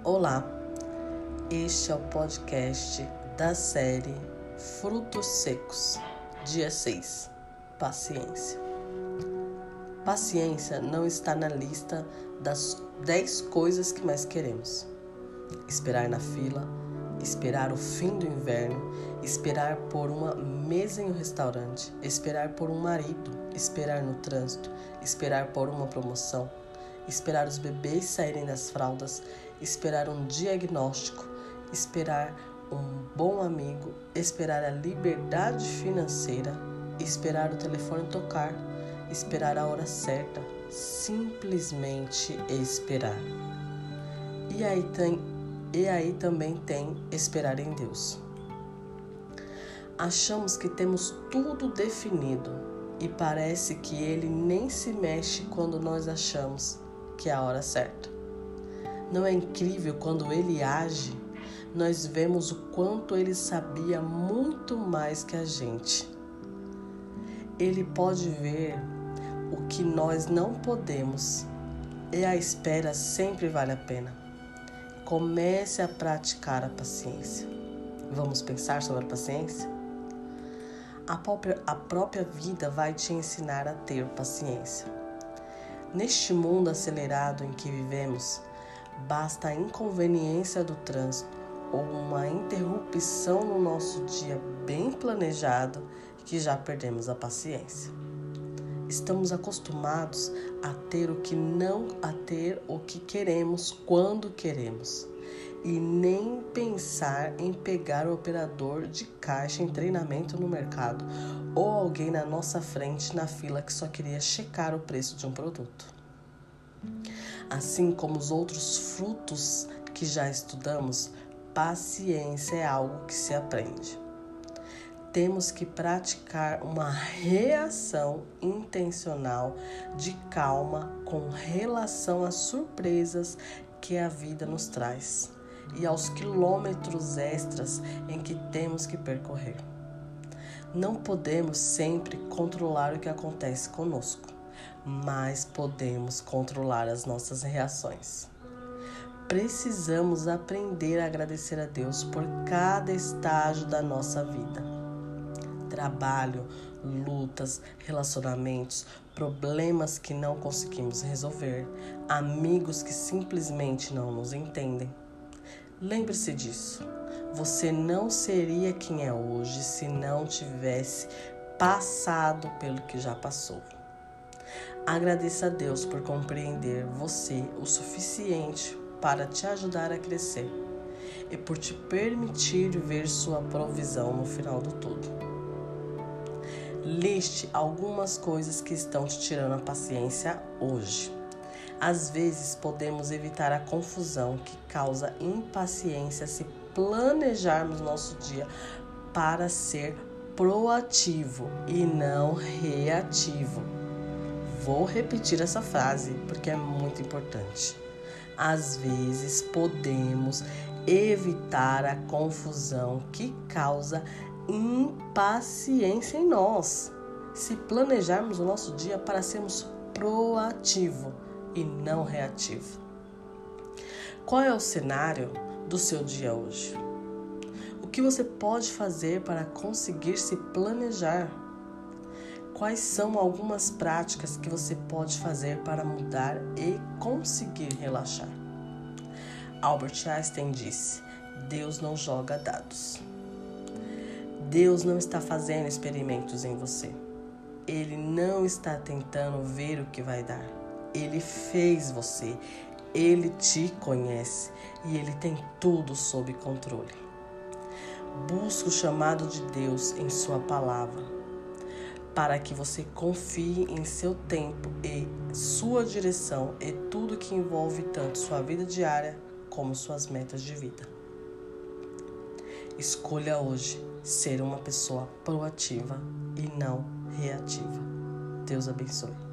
Olá, este é o podcast da série Frutos Secos, dia 6, Paciência. Paciência não está na lista das 10 coisas que mais queremos. Esperar na fila, esperar o fim do inverno, esperar por uma mesa em um restaurante, esperar por um marido, esperar no trânsito, esperar por uma promoção, esperar os bebês saírem das fraldas, esperar um diagnóstico, esperar um bom amigo, esperar a liberdade financeira, esperar o telefone tocar, esperar a hora certa, simplesmente esperar. E aí também tem esperar em Deus. Achamos que temos tudo definido e parece que Ele nem se mexe quando nós achamos que é a hora certa. Não é incrível quando Ele age? Nós vemos o quanto Ele sabia muito mais que a gente. Ele pode ver o que nós não podemos e a espera sempre vale a pena. Comece a praticar a paciência. Vamos pensar sobre a paciência? A própria vida vai te ensinar a ter paciência. Neste mundo acelerado em que vivemos, basta a inconveniência do trânsito ou uma interrupção no nosso dia bem planejado que já perdemos a paciência. Estamos acostumados a ter o que queremos quando queremos e nem pensar em pegar o operador de caixa em treinamento no mercado ou alguém na nossa frente na fila que só queria checar o preço de um produto. Assim como os outros frutos que já estudamos, paciência é algo que se aprende. Temos que praticar uma reação intencional de calma com relação às surpresas que a vida nos traz e aos quilômetros extras em que temos que percorrer. Não podemos sempre controlar o que acontece conosco, mas podemos controlar as nossas reações. Precisamos aprender a agradecer a Deus por cada estágio da nossa vida. Trabalho, lutas, relacionamentos, problemas que não conseguimos resolver, amigos que simplesmente não nos entendem. Lembre-se disso. Você não seria quem é hoje se não tivesse passado pelo que já passou. Agradeça a Deus por compreender você o suficiente para te ajudar a crescer e por te permitir ver sua provisão no final do tudo. Liste algumas coisas que estão te tirando a paciência hoje. Às vezes podemos evitar a confusão que causa impaciência se planejarmos nosso dia para ser proativo e não reativo. Vou repetir essa frase porque é muito importante. Às vezes podemos evitar a confusão que causa impaciência em nós, se planejarmos o nosso dia para sermos proativo e não reativo. Qual é o cenário do seu dia hoje? O que você pode fazer para conseguir se planejar? Quais são algumas práticas que você pode fazer para mudar e conseguir relaxar? Albert Einstein disse: Deus não joga dados. Deus não está fazendo experimentos em você. Ele não está tentando ver o que vai dar. Ele fez você. Ele te conhece e Ele tem tudo sob controle. Busque o chamado de Deus em sua palavra, para que você confie em seu tempo e sua direção e tudo que envolve tanto sua vida diária como suas metas de vida. Escolha hoje ser uma pessoa proativa e não reativa. Deus abençoe.